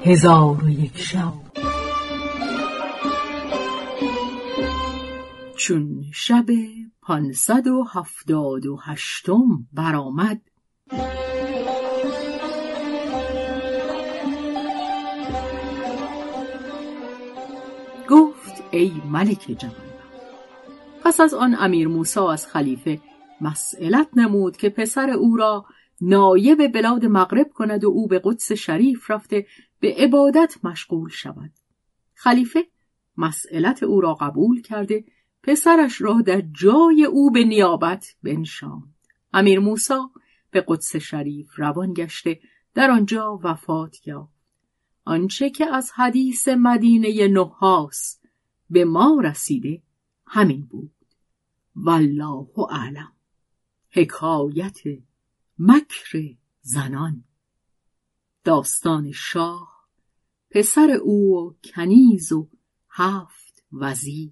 1001 شب. چون شب 578 برآمد، گفت ای ملک جوانبخت. پس از آن امیر موسی از خلیفه مسئلت نمود که پسر او را نایب بلاد مغرب کند و او به قدس شریف رفته به عبادت مشغول شود. خلیفه مسئلت او را قبول کرده پسرش را در جای او به نیابت بنشاند. امیر موسی به قدس شریف روان گشته در آنجا وفات یافت. آنچه که از حدیث مدینه نحاس به ما رسیده همین بود. والله اعلم. حکایت مکر زنان. داستان شاه، پسر او و کنیز و 7 وزیر.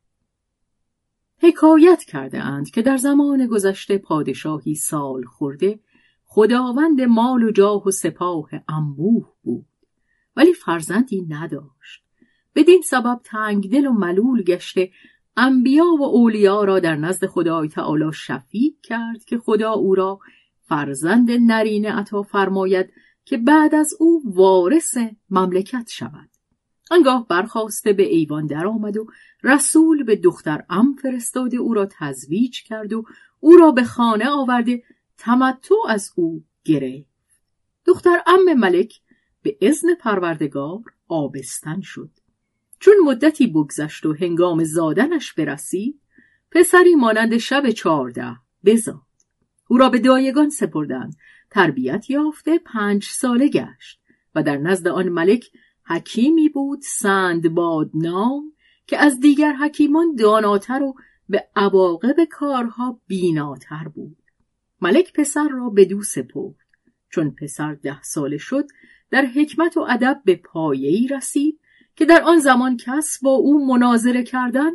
حکایت کرده اند که در زمان گذشته پادشاهی سال خورده خداوند مال و جاه و سپاه انبوه بود، ولی فرزندی نداشت. بدین سبب تنگدل و ملول گشته انبیا و اولیا را در نزد خدای تعالی شفیع کرد که خدا او را فرزند نرینه عطا فرماید که بعد از او وارث مملکت شود. آنگاه برخاسته به ایوان در آمد و رسول به دختر عم فرستاده او را تزویج کرد و او را به خانه آورده تمتع از او گرفت. دختر عم ملک به اذن پروردگار آبستن شد. چون مدتی بگذشت و هنگام زادنش برسید، پسری مانند شب 14 بزاد. او را به دایگان سپردند. تربیت یافته 5 ساله گشت و در نزد آن ملک حکیمی بود سندباد نام که از دیگر حکیمان داناتر و به عواقب کارها بیناتر بود. ملک پسر را بدو سپرد. چون پسر 10 ساله شد، در حکمت و ادب به پایه‌ای رسید که در آن زمان کس با او مناظره کردن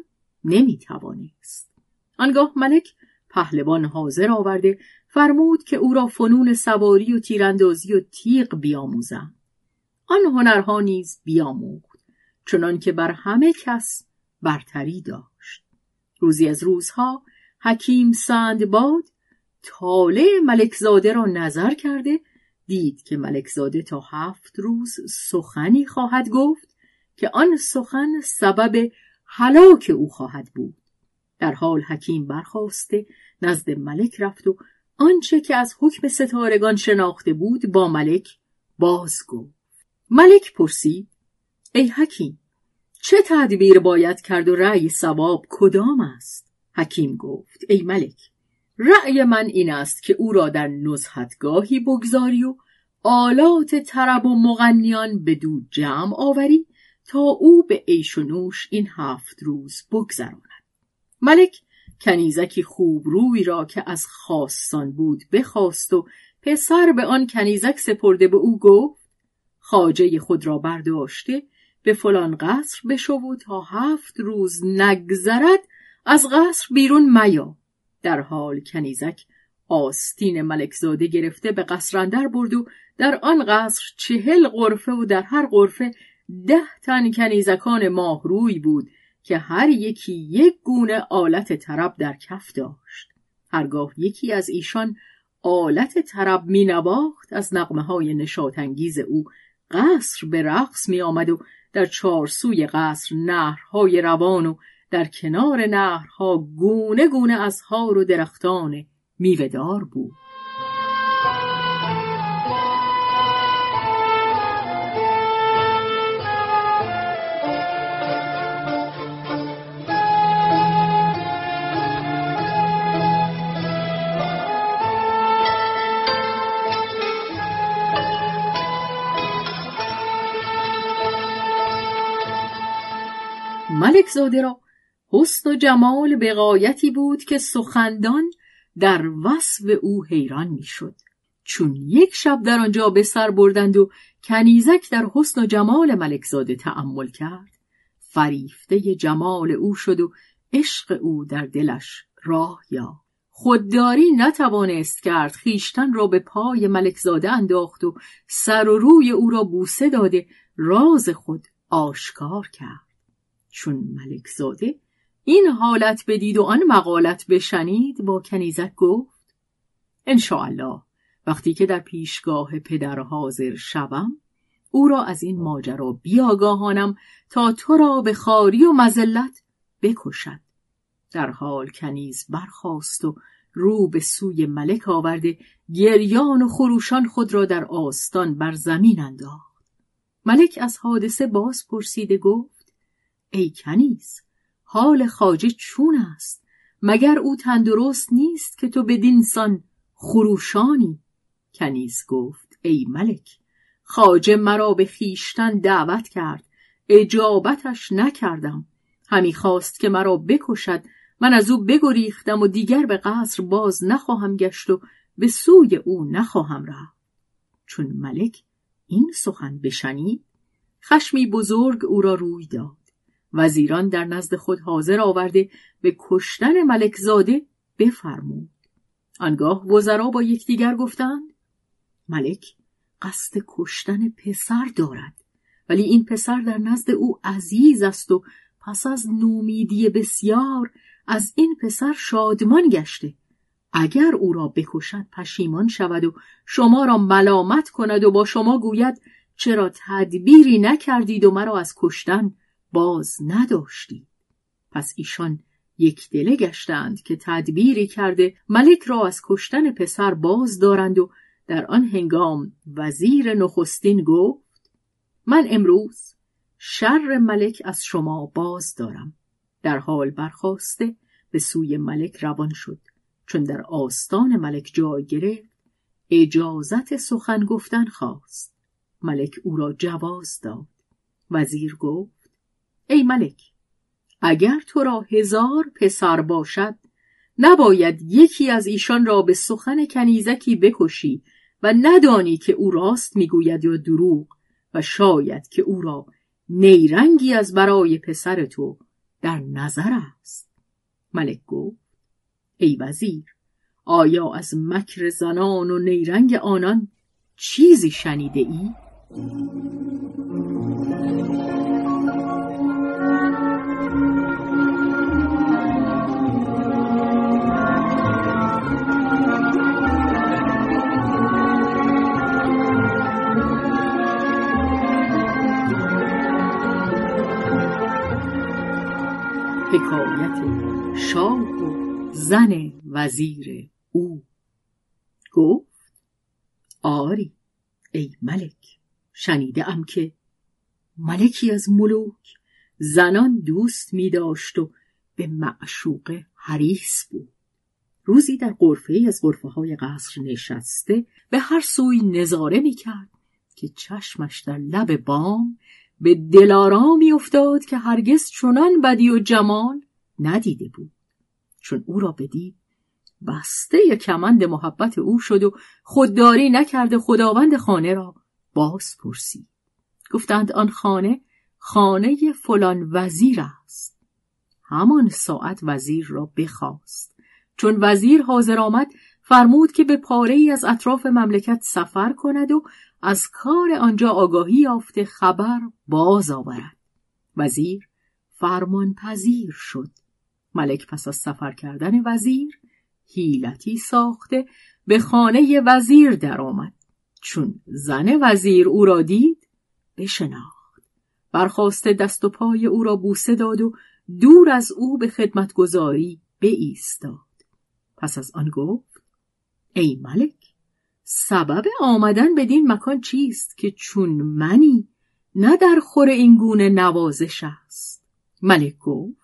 نمیتوانست. آنگاه ملک پهلوان حاضر آورده فرمود که او را فنون سواری و تیراندازی و تیغ بیاموزند. آن هنرها نیز بیاموخت، چنان که بر همه کس برتری داشت. روزی از روزها حکیم سندباد طالع ملکزاده را نظر کرده دید که ملکزاده تا 7 روز سخنی خواهد گفت که آن سخن سبب هلاک او خواهد بود. در حال حکیم برخاسته نزد ملک رفت و آنچه که از حکم ستارگان شناخته بود با ملک باز گفت. ملک پرسید ای حکیم، چه تدبیر باید کرد و رأی صواب کدام است؟ حکیم گفت ای ملک، رأی من این است که او را در نزهتگاهی بگذاری و آلات طرب و مغنیان بدو جمع آوری تا او به عیش و نوش این 7 روز بگذراند. ملک کنیزکی خوب روی را که از خاصان بود بخواست و پسر به آن کنیزک سپرده به او گفت خواجه خود را برداشته به فلان قصر بشو و تا 7 روز نگذرد از قصر بیرون میا. در حال کنیزک آستین ملکزاده گرفته به قصر اندر برد و در آن قصر 40 غرفه و در هر غرفه 10 تن کنیزکان ماهروی بود که هر یکی 1 گونه آلت طرب در کف داشت. هرگاه یکی از ایشان آلت طرب می نواخت، از نغمه های نشاطانگیز او قصر به رقص می آمد و در 4 سوی قصر نهرهای روان و در کنار نهرها گونه گونه ازهار و درختان میوه‌دار بود. ملکزاده را حسن و جمال به غایتی بود که سخندان در وصف او حیران میشد. چون یک شب در آنجا به سر بردند و کنیزک در حسن و جمال ملکزاده تأمل کرد، فریفته جمال او شد و عشق او در دلش راه یافت. خودداری نتوانست کرد، خیشتن را به پای ملکزاده انداخت و سر و روی او را بوسه داده راز خود آشکار کرد. چون ملک زاده این حالت بدید و آن مقالت بشنید، با کنیزک گفت: انشاءالله وقتی که در پیشگاه پدر حاضر شوم، او را از این ماجرا بیاگاهانم تا تو را به خواری و مذلت بکشد. در حال کنیز برخاست و رو به سوی ملک آورده گریان و خروشان خود را در آستان بر زمین انداخت. ملک از حادثه باز پرسیده گفت: ای کنیز، حال خواجه چون است؟ مگر او تندرست نیست که تو بدین سان خروشانی؟ کنیز گفت: ای ملک، خواجه مرا به خویشتن دعوت کرد، اجابتش نکردم. همی خواست که مرا بکشد، من از او بگریختم و دیگر به قصر باز نخواهم گشت و به سوی او نخواهم رفت. چون ملک این سخن بشنید، خشمی بزرگ او را روی داد. وزیران در نزد خود حاضر آورده به کشتن ملک زاده بفرمود. آنگاه وزرا با یکدیگر گفتند: ملک قصد کشتن پسر دارد، ولی این پسر در نزد او عزیز است و پس از نومیدی بسیار از این پسر شادمان گشته. اگر او را بکشد پشیمان شود و شما را ملامت کند و با شما گوید چرا تدبیری نکردید و مرا از کشتن باز نداشتید. پس ایشان یک دله گشتند که تدبیری کرده ملک را از کشتن پسر باز دارند و در آن هنگام وزیر نخستین گفت: من امروز شر ملک از شما باز دارم. در حال برخاسته به سوی ملک روان شد. چون در آستان ملک جای گرفت، اجازت سخن گفتن خواست. ملک او را جواز داد. وزیر گفت: ای ملک، اگر تو را 1000 پسر باشد، نباید یکی از ایشان را به سخن کنیزکی بکشی و ندانی که او راست میگوید یا دروغ، و شاید که او را نیرنگی از برای پسر تو در نظر است. ملک گفت: ای وزیر، آیا از مکر زنان و نیرنگ آنان چیزی شنیده ای؟ حکایت شاه و زن وزیر او. گفت: آری ای ملک، شنیدم که ملکی از ملوک زنان دوست می داشت و به معشوقه حریص بود. روزی در غرفه از غرفه‌های قصر نشسته به هر سوی نظاره می کرد که چشمش در لب بام به دلارامی افتاد که هرگز چنان بدی و جمال ندیده بود. چون او را بدید، بسته کمند محبت او شد و خودداری نکرده خداوند خانه را باز پرسید. گفتند آن خانه فلان وزیر است. همان ساعت وزیر را بخواست. چون وزیر حاضر آمد، فرمود که به پاره‌ای از اطراف مملکت سفر کند و از کار آنجا آگاهی یافته خبر باز آورد. وزیر فرمان پذیر شد. ملک پس از سفر کردن وزیر حیلتی ساخته به خانه وزیر در آمد. چون زن وزیر او را دید، بشناخت. برخاسته دست و پای او را بوسه داد و دور از او به خدمتگزاری بایستاد. پس از آن گفت: ای ملک، سبب آمدن بدین مکان چیست که چون منی نه در خور این گونه نوازش است؟ ملک گفت: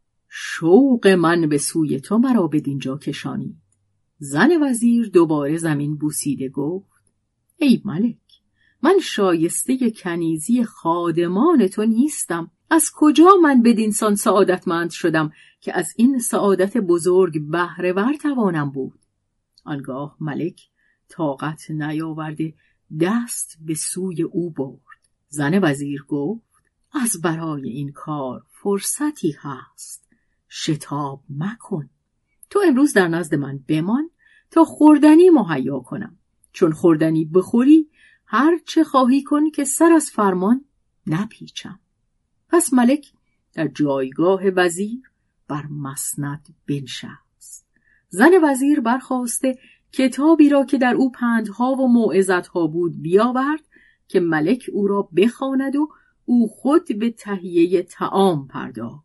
شوق من به سوی تو مرا بدینجا کشانید. زن وزیر دوباره زمین بوسیده گفت: ای ملک، من شایسته کنیزی خادمان تو نیستم. از کجا من بدین سان سعادتمند شدم که از این سعادت بزرگ بهره ور توانم بود؟ آنگاه ملک طاقت نیاورده دست به سوی او برد. زن وزیر گفت: از برای این کار فرصتی هست، شتاب مکن. تو امروز در نزد من بمان تا خوردنی مهیا کنم. چون خوردنی بخوری، هر چه خواهی کن که سر از فرمان نپیچم. پس ملک در جایگاه وزیر بر مسند بنشست. زن وزیر برخاسته کتابی را که در او پندها و موعظتها بود بیاورد که ملک او را بخواند و او خود به تهیه طعام پرداخت.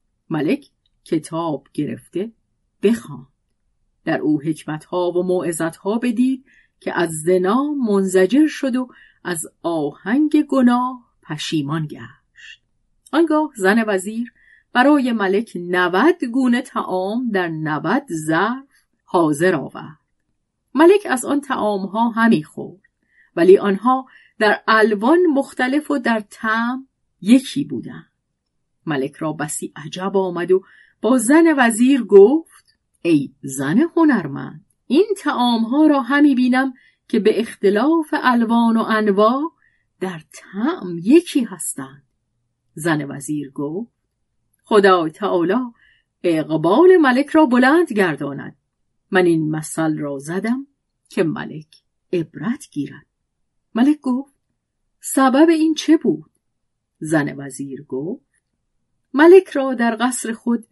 ملک کتاب گرفته بخواند. در او حکمتها و موعظتها بدید که از زنا منزجر شد و از آهنگ گناه پشیمان گشت. آنگاه زن وزیر برای ملک 90 گونه طعام در 90 ظرف حاضر آورد. ملک از آن طعامها همی خورد، ولی آنها در الوان مختلف و در طعم یکی بودند. ملک را بسی عجب آمد و با زن وزیر گفت: ای زن هنرمند، این طعامها را همی بینم که به اختلاف الوان و انواع در طعم یکی هستند. زن وزیر گفت: خدای تعالی اقبال ملک را بلند گرداند. من این مثل را زدم که ملک عبرت گیرد. ملک گفت: سبب این چه بود؟ زن وزیر گفت: ملک را در قصر خود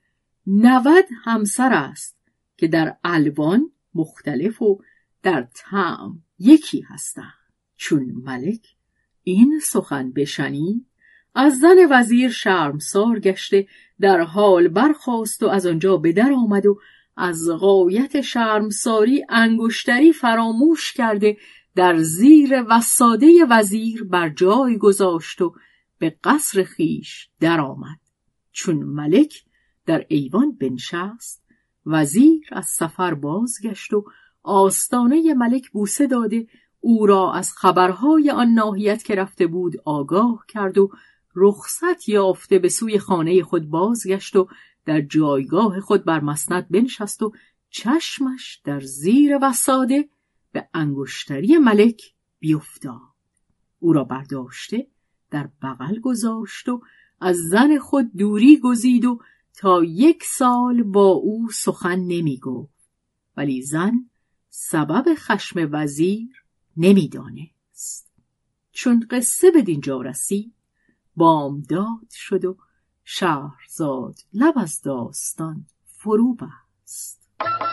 90 همسر است که در الوان مختلف و در طعم یکی هستند. چون ملک این سخن بشنید، از زن وزیر شرمسار گشته در حال برخاست و از آنجا به در آمد و از غایت شرمساری انگشتری فراموش کرده در زیر وساده وزیر بر جای گذاشت و به قصر خیش در آمد. چون ملک در ایوان بنشست، وزیر از سفر بازگشت و آستانه ملک بوسه داده او را از خبرهای آن ناحیت که رفته بود آگاه کرد و رخصت یافته به سوی خانه خود بازگشت و در جایگاه خود بر مسند بنشست و چشمش در زیر وساده به انگشتری ملک بیفتاد. او را برداشته در بغل گذاشت و از زن خود دوری گزید و تا 1 سال با او سخن نمی گفت، ولی زن سبب خشم وزیر نمی دانست. چون قصه به دینجا رسید، بامداد شد و شهرزاد لب از داستان فرو بست.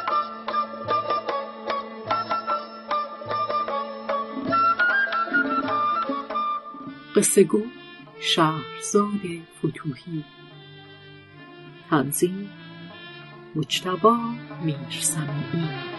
قصه گو شهرزاد فتوحی. تنظیم مجتبی میرسمی.